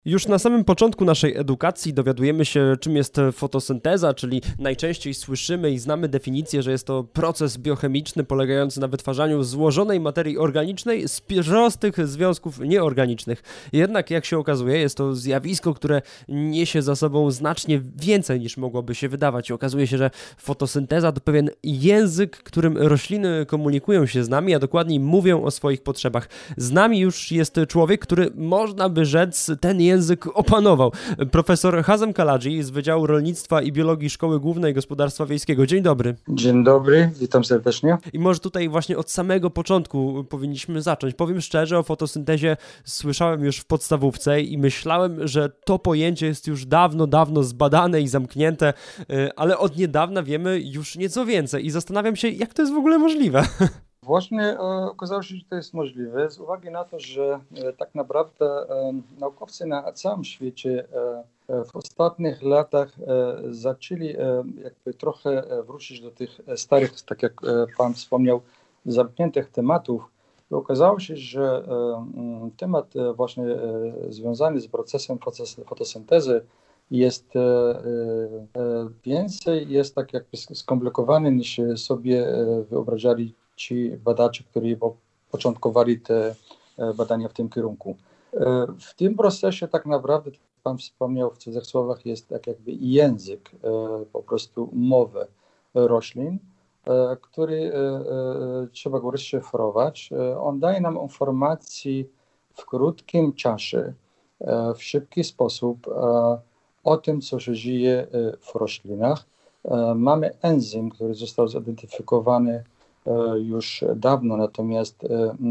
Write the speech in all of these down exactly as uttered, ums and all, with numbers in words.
Już na samym początku naszej edukacji dowiadujemy się, czym jest fotosynteza, czyli najczęściej słyszymy i znamy definicję, że jest to proces biochemiczny polegający na wytwarzaniu złożonej materii organicznej z prostych związków nieorganicznych. Jednak, jak się okazuje, jest to zjawisko, które niesie za sobą znacznie więcej niż mogłoby się wydawać. I okazuje się, że fotosynteza to pewien język, którym rośliny komunikują się z nami, a dokładniej mówią o swoich potrzebach. Z nami już jest człowiek, który można by rzec ten język opanował. Profesor Hazem Kaladzi z Wydziału Rolnictwa i Biologii Szkoły Głównej Gospodarstwa Wiejskiego. Dzień dobry. Dzień dobry, witam serdecznie. I może tutaj właśnie od samego początku powinniśmy zacząć. Powiem szczerze, o fotosyntezie słyszałem już w podstawówce i myślałem, że to pojęcie jest już dawno, dawno zbadane i zamknięte, ale od niedawna wiemy już nieco więcej i zastanawiam się, jak to jest w ogóle możliwe. Właśnie e, okazało się, że to jest możliwe z uwagi na to, że e, tak naprawdę e, naukowcy na całym świecie e, e, w ostatnich latach e, zaczęli e, jakby trochę wrócić do tych starych, tak jak e, Pan wspomniał, zamkniętych tematów. I okazało się, że e, temat e, właśnie e, związany z procesem fotos- fotosyntezy jest e, e, więcej, jest tak jakby skomplikowany niż sobie e, wyobrażali ci badacze, którzy początkowali te badania w tym kierunku. W tym procesie tak naprawdę, jak Pan wspomniał w cudzych słowach, jest tak jakby język, po prostu mowę roślin, który trzeba go rozszyfrować. On daje nam informacji w krótkim czasie, w szybki sposób o tym, co się dzieje w roślinach. Mamy enzym, który został zidentyfikowany już dawno, natomiast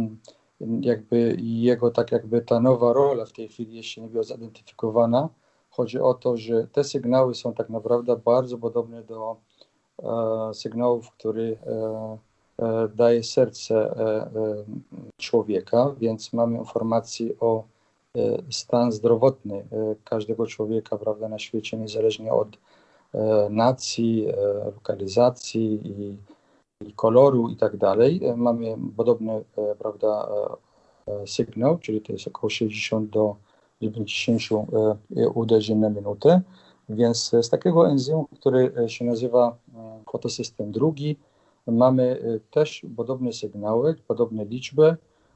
jakby jego tak jakby ta nowa rola w tej chwili jeszcze nie była zidentyfikowana. Chodzi o to, że te sygnały są tak naprawdę bardzo podobne do e, sygnałów, które e, e, daje serce e, e, człowieka, więc mamy informacje o e, stan zdrowotny e, każdego człowieka, prawda, na świecie, niezależnie od e, nacji, e, lokalizacji i i koloru i tak dalej. Mamy podobny, prawda, sygnał, czyli to jest około sześćdziesiąt do dziewięćdziesiąt uderzeń na minutę. Więc z takiego enzymu, który się nazywa fotosystem drugi, mamy też podobne sygnały, podobne liczby.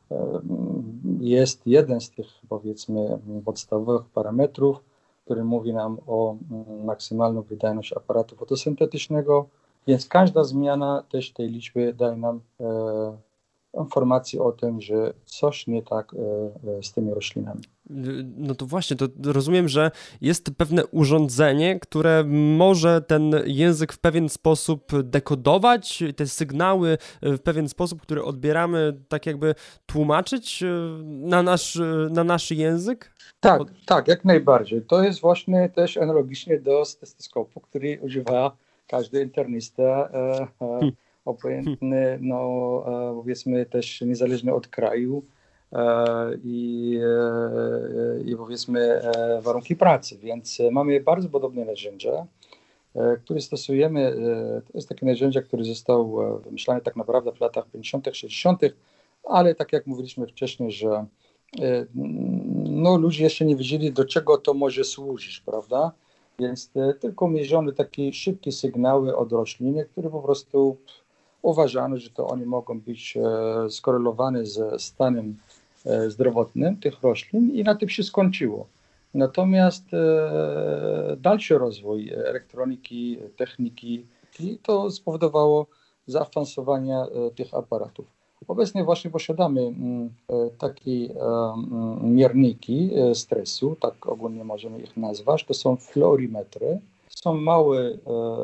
Jest jeden z tych, powiedzmy, podstawowych parametrów, który mówi nam o maksymalną wydajność aparatu fotosyntetycznego, więc każda zmiana też tej liczby daje nam e, informację o tym, że coś nie tak e, z tymi roślinami. No to właśnie, to rozumiem, że jest pewne urządzenie, które może ten język w pewien sposób dekodować, te sygnały w pewien sposób, który odbieramy, tak jakby tłumaczyć na nasz, na nasz język? Tak, Od... tak, jak najbardziej. To jest właśnie też analogicznie do stetoskopu, który używa każdy internista, e, e, Hmm. obojętny, no e, powiedzmy też niezależny od kraju e, i, e, i powiedzmy e, warunki pracy, więc mamy bardzo podobne narzędzia, e, które stosujemy. E, to jest takie narzędzie, które zostało wymyślone tak naprawdę w latach pięćdziesiątych, sześćdziesiątych, ale tak jak mówiliśmy wcześniej, że e, no, ludzie jeszcze nie wiedzieli, do czego to może służyć, prawda? Więc e, tylko mierzone takie szybkie sygnały od rośliny, które po prostu uważano, że to one mogą być e, skorelowane ze stanem e, zdrowotnym tych roślin i na tym się skończyło. Natomiast e, dalszy rozwój elektroniki, techniki, i to spowodowało zaawansowanie e, tych aparatów. Obecnie właśnie posiadamy mm, e, takie e, mm, mierniki e, stresu, tak ogólnie możemy ich nazwać. To są fluorimetry. Są małe e,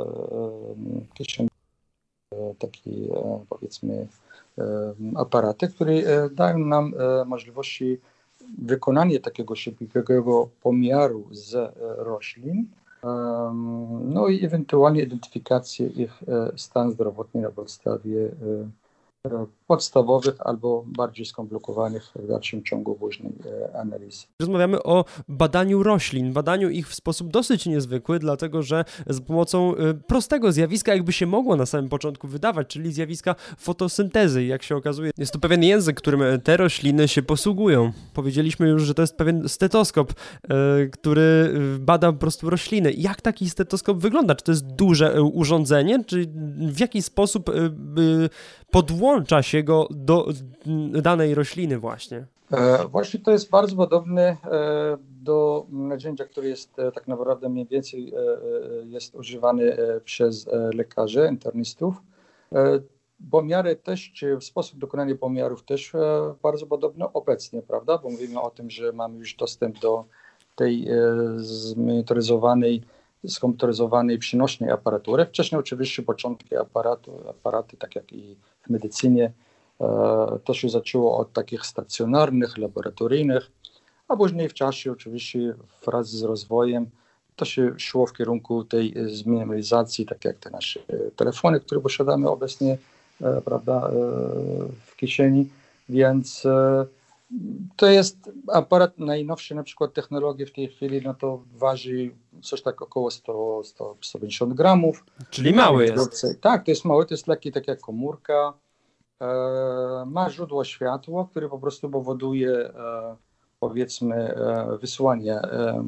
e, kieszeń, e, takie e, powiedzmy e, aparaty, które e, dają nam e, możliwości wykonania takiego szybkiego pomiaru z e, roślin, e, no i ewentualnie identyfikację ich e, stan zdrowotny na podstawie e, podstawowych albo bardziej skomplikowanych w dalszym ciągu późnej analizy. Rozmawiamy o badaniu roślin, badaniu ich w sposób dosyć niezwykły, dlatego że za pomocą prostego zjawiska, jakby się mogło na samym początku wydawać, czyli zjawiska fotosyntezy. Jak się okazuje, jest to pewien język, którym te rośliny się posługują. Powiedzieliśmy już, że to jest pewien stetoskop, który bada po prostu rośliny. Jak taki stetoskop wygląda? Czy to jest duże urządzenie? Czy w jaki sposób podłącza się go do danej rośliny właśnie? Właśnie to jest bardzo podobne do narzędzia, które jest tak naprawdę mniej więcej jest używany przez lekarzy, internistów. Pomiary też, czy sposób dokonania pomiarów też bardzo podobny obecnie, prawda? Bo mówimy o tym, że mamy już dostęp do tej zmonitoryzowanej, skomputeryzowanej, przynośnej aparatury. Wcześniej oczywiście początki aparatu, aparaty, tak jak i w medycynie, to się zaczęło od takich stacjonarnych, laboratoryjnych, a później w czasie oczywiście wraz z rozwojem to się szło w kierunku tej zminimalizacji, tak jak te nasze telefony, które posiadamy obecnie, prawda, w kieszeni, więc to jest aparat najnowszy, na przykład technologie w tej chwili, no to waży coś tak około sto do stu pięćdziesięciu gramów. Czyli mały jest. Tak, to jest mały, to jest lekki, tak jak komórka. Ma źródło światła, które po prostu powoduje, powiedzmy, wysłanie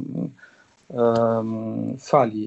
fali.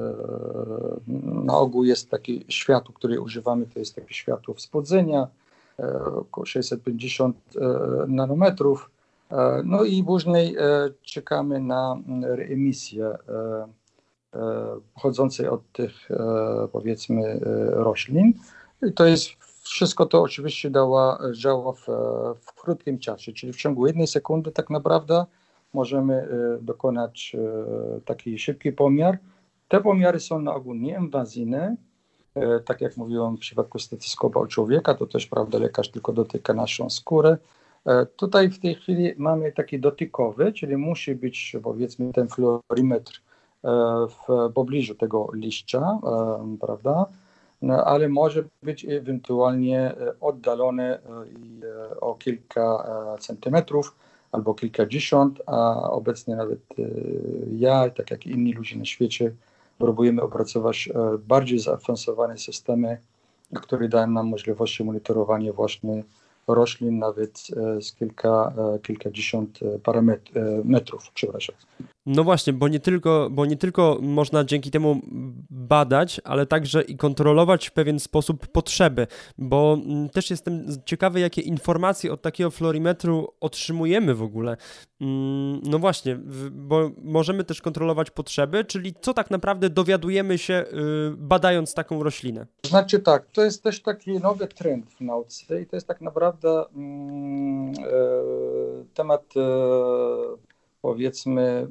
Na ogół jest takie światło, które używamy, to jest takie światło wschodzenia, około sześćset pięćdziesiąt nanometrów. No i później czekamy na reemisję pochodzącej od tych, powiedzmy, roślin. I to jest wszystko to oczywiście działa, działa w, w krótkim czasie, czyli w ciągu jednej sekundy tak naprawdę możemy dokonać taki szybki pomiar. Te pomiary są na ogół nieinwazyjne. Tak jak mówiłem w przypadku stetoskopu człowieka, to też prawda, lekarz tylko dotyka naszą skórę. Tutaj w tej chwili mamy taki dotykowy, czyli musi być, powiedzmy, ten fluorimetr w pobliżu tego liścia, prawda? No, ale może być ewentualnie oddalony o kilka centymetrów albo kilkadziesiąt, a obecnie nawet ja, tak jak i inni ludzie na świecie, próbujemy opracować bardziej zaawansowane systemy, które dają nam możliwości monitorowania właśnie roślin nawet z kilka, kilkadziesiąt parametrów, przepraszam. No właśnie, bo nie tylko, bo nie tylko można dzięki temu badać, ale także i kontrolować w pewien sposób potrzeby, bo też jestem ciekawy, jakie informacje od takiego florimetru otrzymujemy w ogóle. No właśnie, bo możemy też kontrolować potrzeby, czyli co tak naprawdę dowiadujemy się badając taką roślinę. Znaczy tak, to jest też taki nowy trend w nauce i to jest tak naprawdę mm, e, temat e, powiedzmy,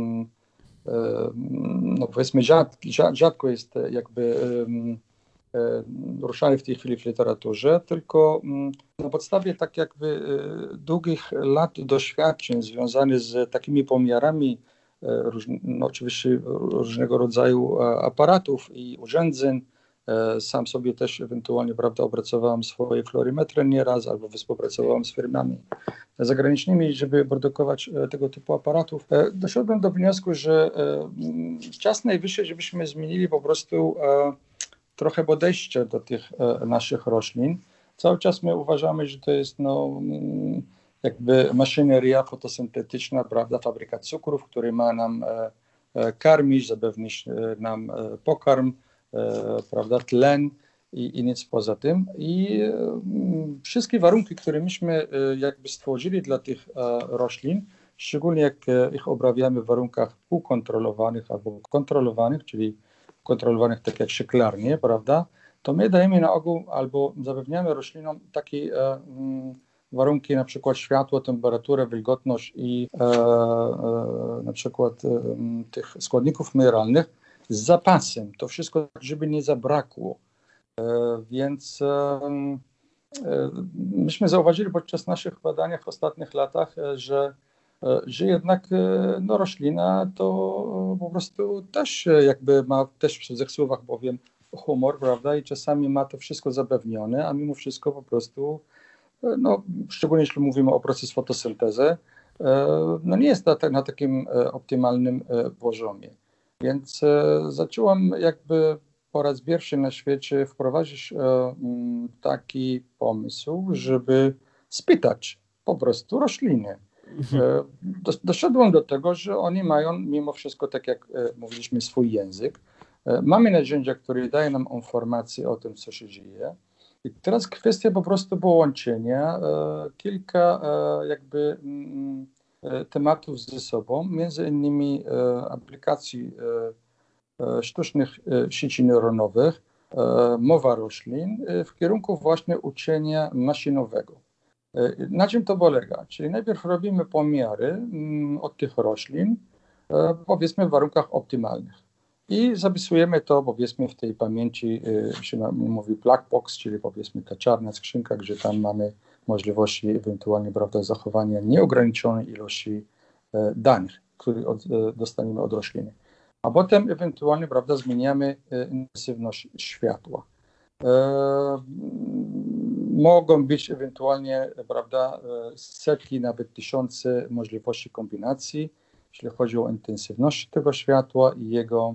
no powiedzmy rzad, rzadko jest jakby ruszany w tej chwili w literaturze, tylko na podstawie tak jakby długich lat doświadczeń związanych z takimi pomiarami, no oczywiście różnego rodzaju aparatów i urządzeń. Sam sobie też ewentualnie, prawda, opracowałem swoje florimetry nieraz albo współpracowałem z firmami zagranicznymi, żeby produkować tego typu aparatów. Doszedłem do wniosku, że czas najwyższy, żebyśmy zmienili po prostu trochę podejście do tych naszych roślin. Cały czas my uważamy, że to jest no, jakby maszyneria fotosyntetyczna, prawda, fabryka cukrów, który ma nam karmić, zapewnić nam pokarm, prawda, tlen i, i nic poza tym. I y, wszystkie warunki, które myśmy y, jakby stworzyli dla tych y, roślin, szczególnie jak y, ich obrabiamy w warunkach półkontrolowanych albo kontrolowanych, czyli kontrolowanych tak jak szklarnie, prawda, to my dajemy na ogół albo zapewniamy roślinom takie y, y, warunki, na przykład światło, temperaturę, wilgotność i y, y, na przykład y, tych składników mineralnych z zapasem. To wszystko, żeby nie zabrakło. Więc myśmy zauważyli podczas naszych badań w ostatnich latach, że, że jednak no, roślina to po prostu też jakby ma, też w cudzych słowach powiem, humor, prawda, i czasami ma to wszystko zapewnione, a mimo wszystko po prostu, no, szczególnie jeśli mówimy o procesie fotosyntezy, no nie jest na, na takim optymalnym poziomie. Więc zacząłem jakby po raz pierwszy na świecie wprowadzić taki pomysł, żeby spytać po prostu rośliny. Doszedłem do tego, że oni mają mimo wszystko, tak jak mówiliśmy, swój język. Mamy narzędzia, które dają nam informacje o tym, co się dzieje. I teraz kwestia po prostu połączenia kilka jakby tematów ze sobą, między innymi aplikacji sztucznych sieci neuronowych, mowa roślin w kierunku właśnie uczenia maszynowego. Na czym to polega? Czyli najpierw robimy pomiary od tych roślin, powiedzmy w warunkach optymalnych i zapisujemy to powiedzmy w tej pamięci, się mówi black box, czyli powiedzmy ta czarna skrzynka, gdzie tam mamy możliwości ewentualnie, prawda, zachowania nieograniczonej ilości danych, które od, dostaniemy od rośliny. A potem ewentualnie, prawda, zmieniamy intensywność światła. E, mogą być ewentualnie, prawda, setki, nawet tysiące możliwości kombinacji, jeśli chodzi o intensywność tego światła i jego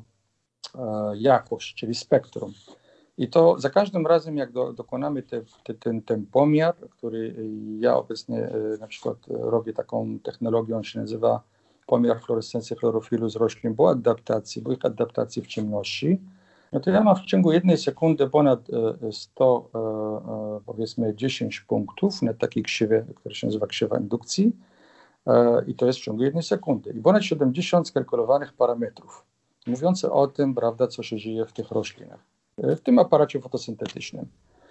e, jakość, czyli spektrum. I to za każdym razem, jak do, dokonamy te, te, ten, ten pomiar, który ja obecnie e, na przykład robię taką technologią, on się nazywa pomiar fluorescencji chlorofilu z roślin po adaptacji, po ich adaptacji w ciemności, no to ja mam w ciągu jednej sekundy ponad sto, powiedzmy dziesięć punktów na takiej krzywie, która się nazywa krzywa indukcji, i to jest w ciągu jednej sekundy. I ponad siedemdziesiąt skalkulowanych parametrów, mówiące o tym, prawda, co się dzieje w tych roślinach, w tym aparacie fotosyntetycznym.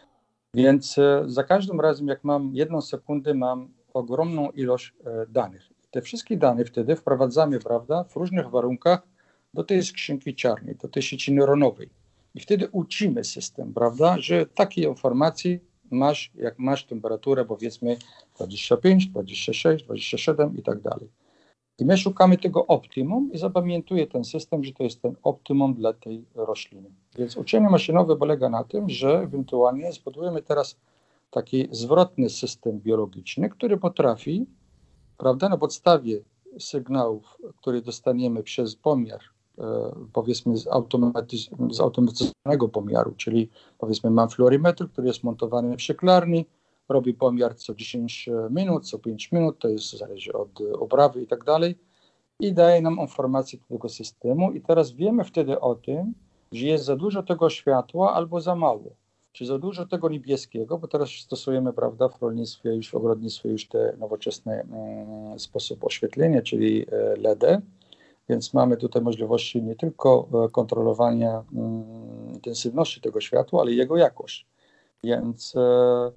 Więc za każdym razem, jak mam jedną sekundę, mam ogromną ilość danych. Te wszystkie dane wtedy wprowadzamy, prawda, w różnych warunkach do tej skrzynki czarnej, do tej sieci neuronowej. I wtedy uczymy system, prawda, że takie informacje masz, jak masz temperaturę, powiedzmy dwadzieścia pięć, dwadzieścia sześć, dwadzieścia siedem i tak dalej. I my szukamy tego optimum i zapamiętuje ten system, że to jest ten optimum dla tej rośliny. Więc uczenie maszynowe polega na tym, że ewentualnie zbudujemy teraz taki zwrotny system biologiczny, który potrafi, prawda, na podstawie sygnałów, które dostaniemy przez pomiar, e, powiedzmy z, automatyz- z automatyzowanego pomiaru, czyli powiedzmy mam fluorymetr, który jest montowany w szklarni, robi pomiar co dziesięć minut, co pięć minut, to jest zależy od oprawy i tak dalej, i daje nam informacje do tego systemu i teraz wiemy wtedy o tym, że jest za dużo tego światła albo za mało. Czy za dużo tego niebieskiego, bo teraz stosujemy, prawda, w rolnictwie, już w ogrodnictwie już te nowoczesne mm, sposoby oświetlenia, czyli L E D, więc mamy tutaj możliwości nie tylko kontrolowania mm, intensywności tego światła, ale i jego jakość. Więc e,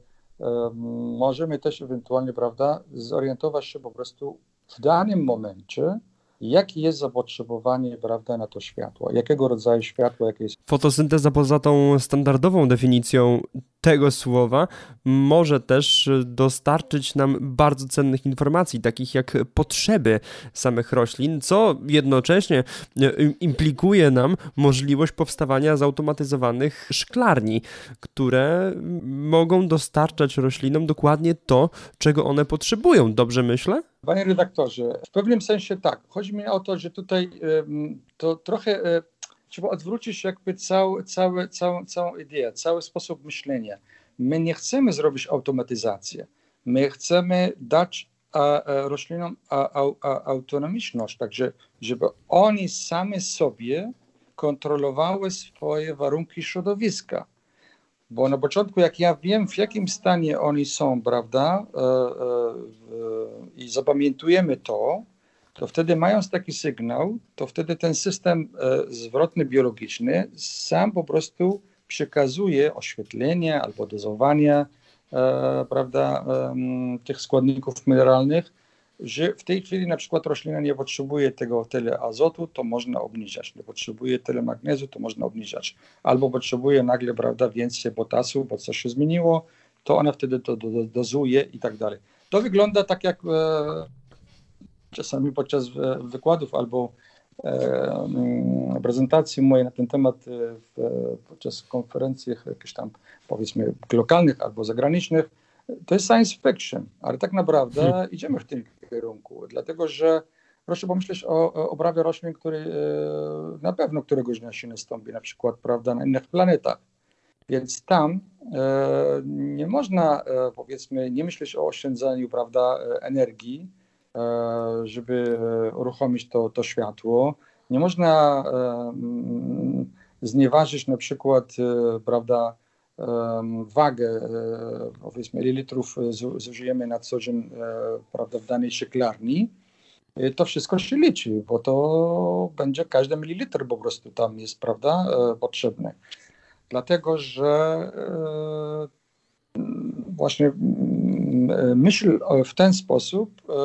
e, możemy też ewentualnie, prawda, zorientować się po prostu w danym momencie, jakie jest zapotrzebowanie, prawda, na to światło, jakiego rodzaju światło, jakie jest. Fotosynteza poza tą standardową definicją tego słowa może też dostarczyć nam bardzo cennych informacji, takich jak potrzeby samych roślin, co jednocześnie implikuje nam możliwość powstawania zautomatyzowanych szklarni, które mogą dostarczać roślinom dokładnie to, czego one potrzebują. Dobrze myślę? Panie redaktorze, w pewnym sensie tak. Chodzi mi o to, że tutaj to trochę trzeba odwrócić jakby całą, całą, całą, całą ideę, cały sposób myślenia. My nie chcemy zrobić automatyzację. My chcemy dać a, a, roślinom a, a, a, autonomiczność, także żeby oni sami sobie kontrolowały swoje warunki środowiska. Bo na początku, jak ja wiem, w jakim stanie oni są, prawda, e, e, e, i zapamiętujemy to, to wtedy mając taki sygnał, to wtedy ten system e, zwrotny biologiczny sam po prostu przekazuje oświetlenie albo dozowanie, e, prawda, e, tych składników mineralnych, że w tej chwili na przykład roślina nie potrzebuje tego tyle azotu, to można obniżać. Nie potrzebuje tyle magnezu, to można obniżać. Albo potrzebuje nagle, prawda, więcej potasu, bo coś się zmieniło, to ona wtedy to do, do, dozuje i tak dalej. To wygląda tak jak e, czasami podczas e, wykładów albo prezentacji mojej na ten temat w, podczas konferencji jakichś tam, powiedzmy, lokalnych albo zagranicznych, to jest science fiction, ale tak naprawdę hmm. idziemy w tym kierunku, dlatego że proszę pomyśleć o, o obrawie roślin, który na pewno któregoś dnia się nastąpi, na przykład, prawda, na innych planetach. Więc tam e, nie można, e, powiedzmy, nie myśleć o oszczędzaniu, prawda, energii, e, żeby uruchomić to, to światło. Nie można e, znieważyć na przykład, e, prawda, e, wagę, e, powiedzmy, ile litrów zużyjemy na co dzień, e, prawda, w danej szklarni. E, to wszystko się liczy, bo to będzie każdy mililitr po prostu tam jest, prawda, e, potrzebny. Dlatego, że e, właśnie myśl w ten sposób e,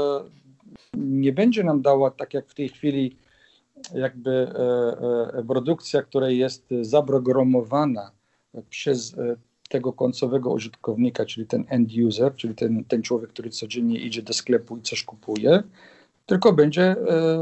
nie będzie nam dała, tak jak w tej chwili, jakby e, e, produkcja, która jest zaprogramowana przez e, tego końcowego użytkownika, czyli ten end user, czyli ten, ten człowiek, który codziennie idzie do sklepu i coś kupuje, tylko będzie e,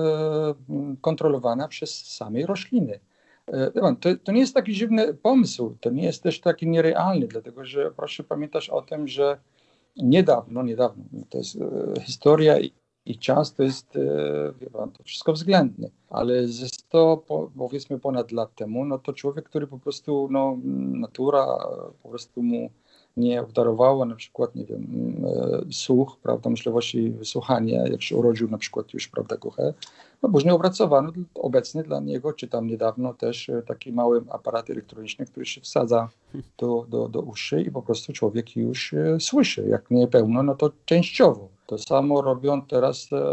kontrolowana przez same rośliny. To, to nie jest taki dziwny pomysł, to nie jest też taki nierealny, dlatego że proszę pamiętać o tym, że niedawno, niedawno, to jest e, historia i, i czas to jest, e, wie pan, to wszystko względne, ale ze sto, po, powiedzmy ponad lat temu, no to człowiek, który po prostu, no natura po prostu mu nie obdarowała na przykład, nie wiem, e, słuch, prawda, możliwości wysłuchania, jak się urodził na przykład już, prawda, głuche, no później opracowano obecnie dla niego, czy tam niedawno też taki mały aparat elektroniczny, który się wsadza do, do, do uszy i po prostu człowiek już e, słyszy, jak nie pełno, no to częściowo. To samo robią teraz e,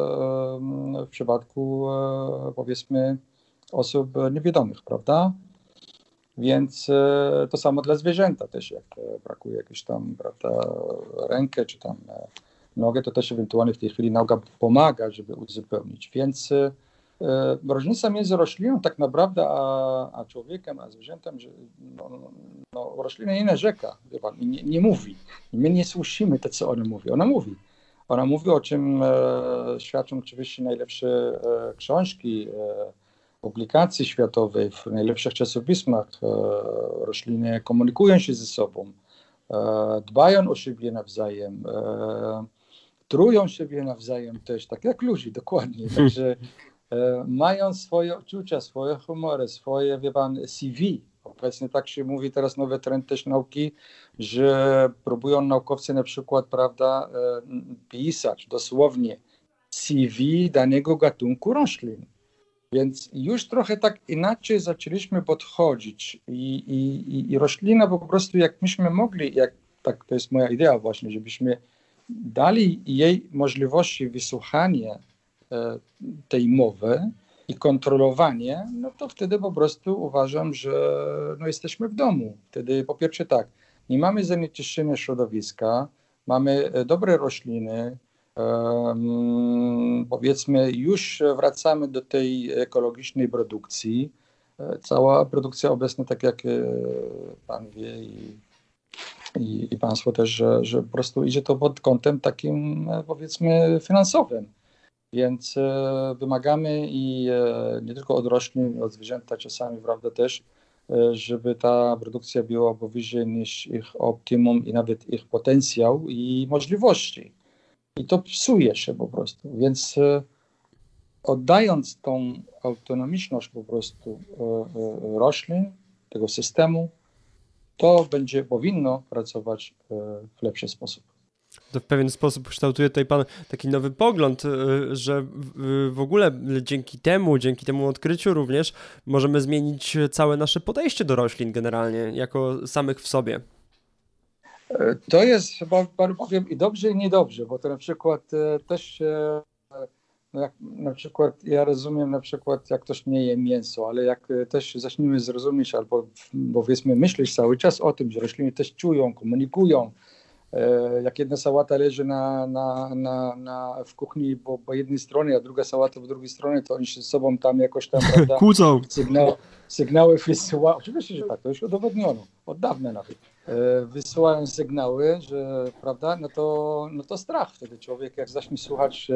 w przypadku e, powiedzmy osób niewidomych, prawda? Więc e, to samo dla zwierzęta też, jak e, brakuje jakiejś tam, prawda, rękę czy tam e, nogę, to też ewentualnie w tej chwili nauka pomaga, żeby uzupełnić. Więc e, różnica między rośliną tak naprawdę a, a człowiekiem, a zwierzętem, że no, no, roślina nie narzeka, wie pan, nie, nie mówi. I my nie słyszymy to, co ona mówi. Ona mówi. Ona mówi, o czym e, świadczą oczywiście najlepsze e, książki, e, publikacje światowe, w najlepszych czasopismach. E, rośliny komunikują się ze sobą, e, dbają o siebie nawzajem, e, trują siebie nawzajem też, tak jak ludzi, dokładnie. Także e, mają swoje odczucia, swoje humory, swoje, wie pan, C V. Obecnie tak się mówi, teraz nowy trend też nauki, że próbują naukowcy na przykład, prawda, e, pisać dosłownie C V danego gatunku roślin. Więc już trochę tak inaczej zaczęliśmy podchodzić i, i, i roślina po prostu, jak myśmy mogli, jak, tak to jest moja idea właśnie, żebyśmy dali jej możliwości wysłuchania e, tej mowy i kontrolowanie, no to wtedy po prostu uważam, że no, jesteśmy w domu. Wtedy po pierwsze tak, nie mamy zanieczyszczenia środowiska, mamy dobre rośliny, um, powiedzmy już wracamy do tej ekologicznej produkcji. Cała produkcja obecna, tak jak pan wie i, i, i państwo też, że, że po prostu idzie to pod kątem takim, powiedzmy, finansowym. Więc e, wymagamy i e, nie tylko od roślin, od zwierzęta czasami, prawda, też, e, żeby ta produkcja była powyżej niż ich optimum i nawet ich potencjał i możliwości. I to psuje się po prostu. Więc e, oddając tą autonomiczność po prostu e, e, roślin, tego systemu, to będzie, powinno pracować e, w lepszy sposób. To w pewien sposób kształtuje tutaj pan taki nowy pogląd, że w ogóle dzięki temu, dzięki temu odkryciu również możemy zmienić całe nasze podejście do roślin generalnie, jako samych w sobie. To jest chyba, powiem, i dobrze, i niedobrze, bo to na przykład też, no jak na przykład ja rozumiem na przykład, jak ktoś nie je mięso, ale jak też zaczniemy zrozumieć albo powiedzmy myśleć cały czas o tym, że rośliny też czują, komunikują, jak jedna sałata leży na, na, na, na, w kuchni po, po jednej stronie, a druga sałata po drugiej stronie, to oni się ze sobą tam jakoś tam, prawda, kłócą. Sygnał, sygnały wysyłają. Oczywiście, że tak, to już udowodniono, od dawna nawet. Wysyłają sygnały, że, prawda, no to, no to strach wtedy człowiek, jak zacznie słuchać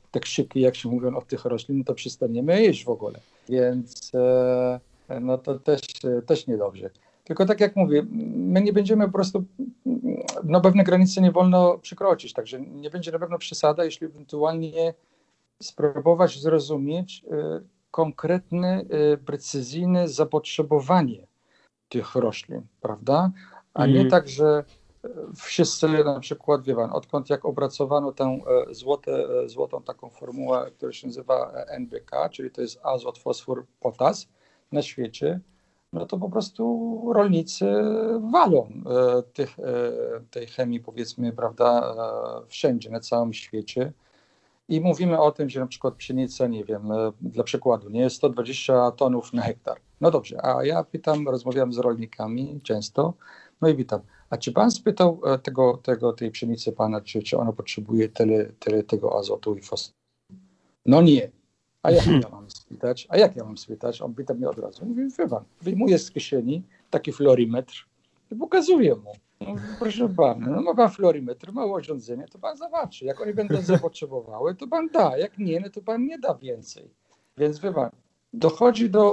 te krzyki, jak się mówią od tych roślin, to przestaniemy jeść w ogóle. Więc no to też, też niedobrze. Tylko tak jak mówię, my nie będziemy po prostu, no pewne granice nie wolno przekroczyć, także nie będzie na pewno przesada, jeśli ewentualnie spróbować zrozumieć konkretne, precyzyjne zapotrzebowanie tych roślin, prawda? A nie Mhm. tak, że wszyscy na przykład, wie pan, odkąd jak opracowano tę złote, złotą taką formułę, która się nazywa N B K, czyli to jest azot, fosfor, potas na świecie, no to po prostu rolnicy walą e, tych, e, tej chemii, powiedzmy, prawda, e, wszędzie, na całym świecie. I mówimy o tym, że na przykład pszenica, nie wiem, e, dla przykładu, nie jest sto dwadzieścia tonów na hektar. No dobrze, a ja pytam, rozmawiam z rolnikami często, no i pytam, a czy pan spytał e, tego, tego, tej pszenicy pana, czy, czy ona potrzebuje tyle, tyle tego azotu i fosforu? No nie. A jak ja mam spytać? A jak ja mam spytać? On pyta mnie od razu. Mówi, wie pan, wyjmuje z kieszeni taki florimetr i pokazuje mu. No, proszę pana, no ma pan florimetr, ma urządzenie, to pan zobaczy. Jak oni będą zapotrzebowały, to pan da. Jak nie, no to pan nie da więcej. Więc wie pan, dochodzi do,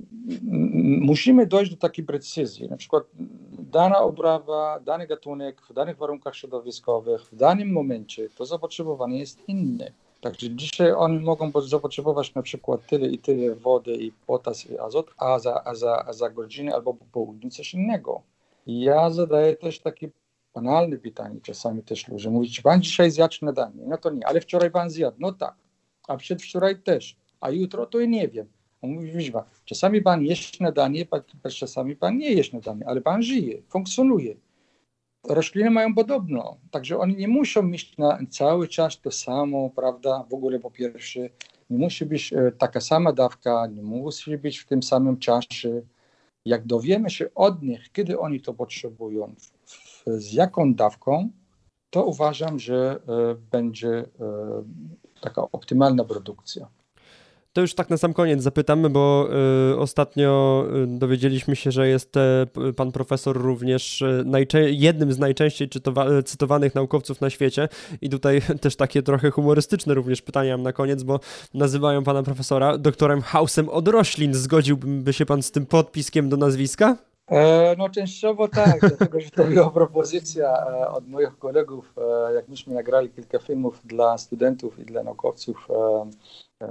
musimy dojść do takiej precyzji. Na przykład dana obrawa, dany gatunek w danych warunkach środowiskowych, w danym momencie to zapotrzebowanie jest inne. Także dzisiaj oni mogą zapotrzebować na przykład tyle i tyle wody i potas i azot, a za, a za, a za godzinę albo po południu coś innego. I ja zadaję też takie banalne pytanie czasami też ludzie. Mówię, czy pan dzisiaj zjadł śniadanie? No to nie, ale wczoraj pan zjadł. No tak, a przedwczoraj też, a jutro to nie wiem. On mówi, widzi pan, czasami pan je śniadanie, czasami pan nie je śniadanie, ale pan żyje, funkcjonuje. Rośliny mają podobno, także oni nie muszą mieć na cały czas to samo, prawda, w ogóle po pierwsze, nie musi być e, taka sama dawka, nie musi być w tym samym czasie. Jak dowiemy się od nich, kiedy oni to potrzebują, w, w, z jaką dawką, to uważam, że e, będzie e, taka optymalna produkcja. To już tak na sam koniec zapytamy, bo y, ostatnio y, dowiedzieliśmy się, że jest y, pan profesor również y, najczę- jednym z najczęściej czytowa- cytowanych naukowców na świecie i tutaj też takie trochę humorystyczne również pytania mam na koniec, bo nazywają pana profesora doktorem House'em od roślin. Zgodziłby się pan z tym podpiskiem do nazwiska? E, no częściowo tak, dlatego że to była propozycja e, od moich kolegów, e, jak myśmy nagrali kilka filmów dla studentów i dla naukowców e, e,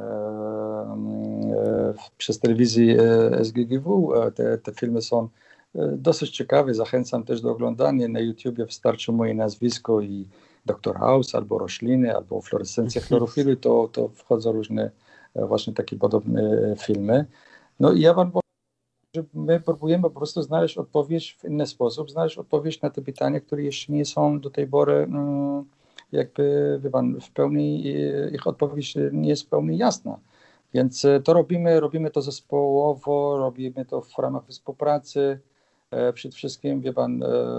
e, przez telewizję S G G W. E, te, te filmy są e, dosyć ciekawe, zachęcam też do oglądania. Na YouTubie wystarczy moje nazwisko i doktor House, albo rośliny, albo fluorescencja chlorofilu, to, to wchodzą różne e, właśnie takie podobne filmy. No i ja wam że my próbujemy po prostu znaleźć odpowiedź w inny sposób, znaleźć odpowiedź na te pytania, które jeszcze nie są do tej pory jakby, wie pan, w pełni, ich odpowiedź nie jest w pełni jasna. Więc to robimy, robimy to zespołowo, robimy to w ramach współpracy. Przede wszystkim, wie pan,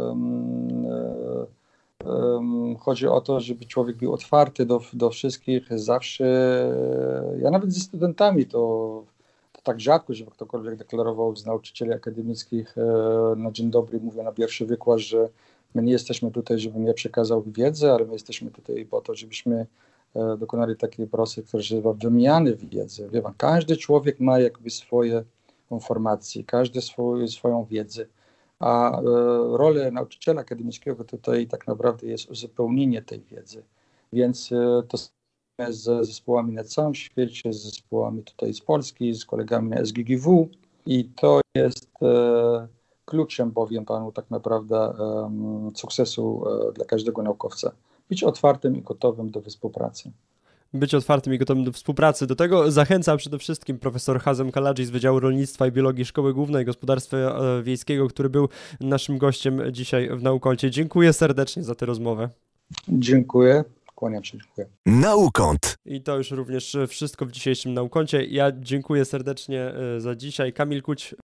chodzi o to, żeby człowiek był otwarty do, do wszystkich, zawsze, ja nawet ze studentami to tak rzadko, żeby ktokolwiek deklarował z nauczycieli akademickich e, na dzień dobry, mówię na pierwszy wykład, że my nie jesteśmy tutaj, żebym ja przekazał wiedzę, ale my jesteśmy tutaj po to, żebyśmy e, dokonali takiej proces, który się nazywa wymiany wiedzy. Wie pan, każdy człowiek ma jakby swoje informacje, każdy swój, swoją wiedzę, a e, rolą nauczyciela akademickiego tutaj tak naprawdę jest uzupełnienie tej wiedzy. Więc e, to z zespołami na całym świecie, z zespołami tutaj z Polski, z kolegami na S G G W i to jest e, kluczem, powiem panu, tak naprawdę e, sukcesu e, dla każdego naukowca. Być otwartym i gotowym do współpracy. Być otwartym i gotowym do współpracy. Do tego zachęca przede wszystkim profesor Hazem Kaladzi z Wydziału Rolnictwa i Biologii Szkoły Głównej Gospodarstwa Wiejskiego, który był naszym gościem dzisiaj w Naukoncie. Dziękuję serdecznie za tę rozmowę. Dziękuję. Kłaniam się, dziękuję. Naukont. I to już również wszystko w dzisiejszym Naukoncie. Ja dziękuję serdecznie za dzisiaj. Kamil Kuć.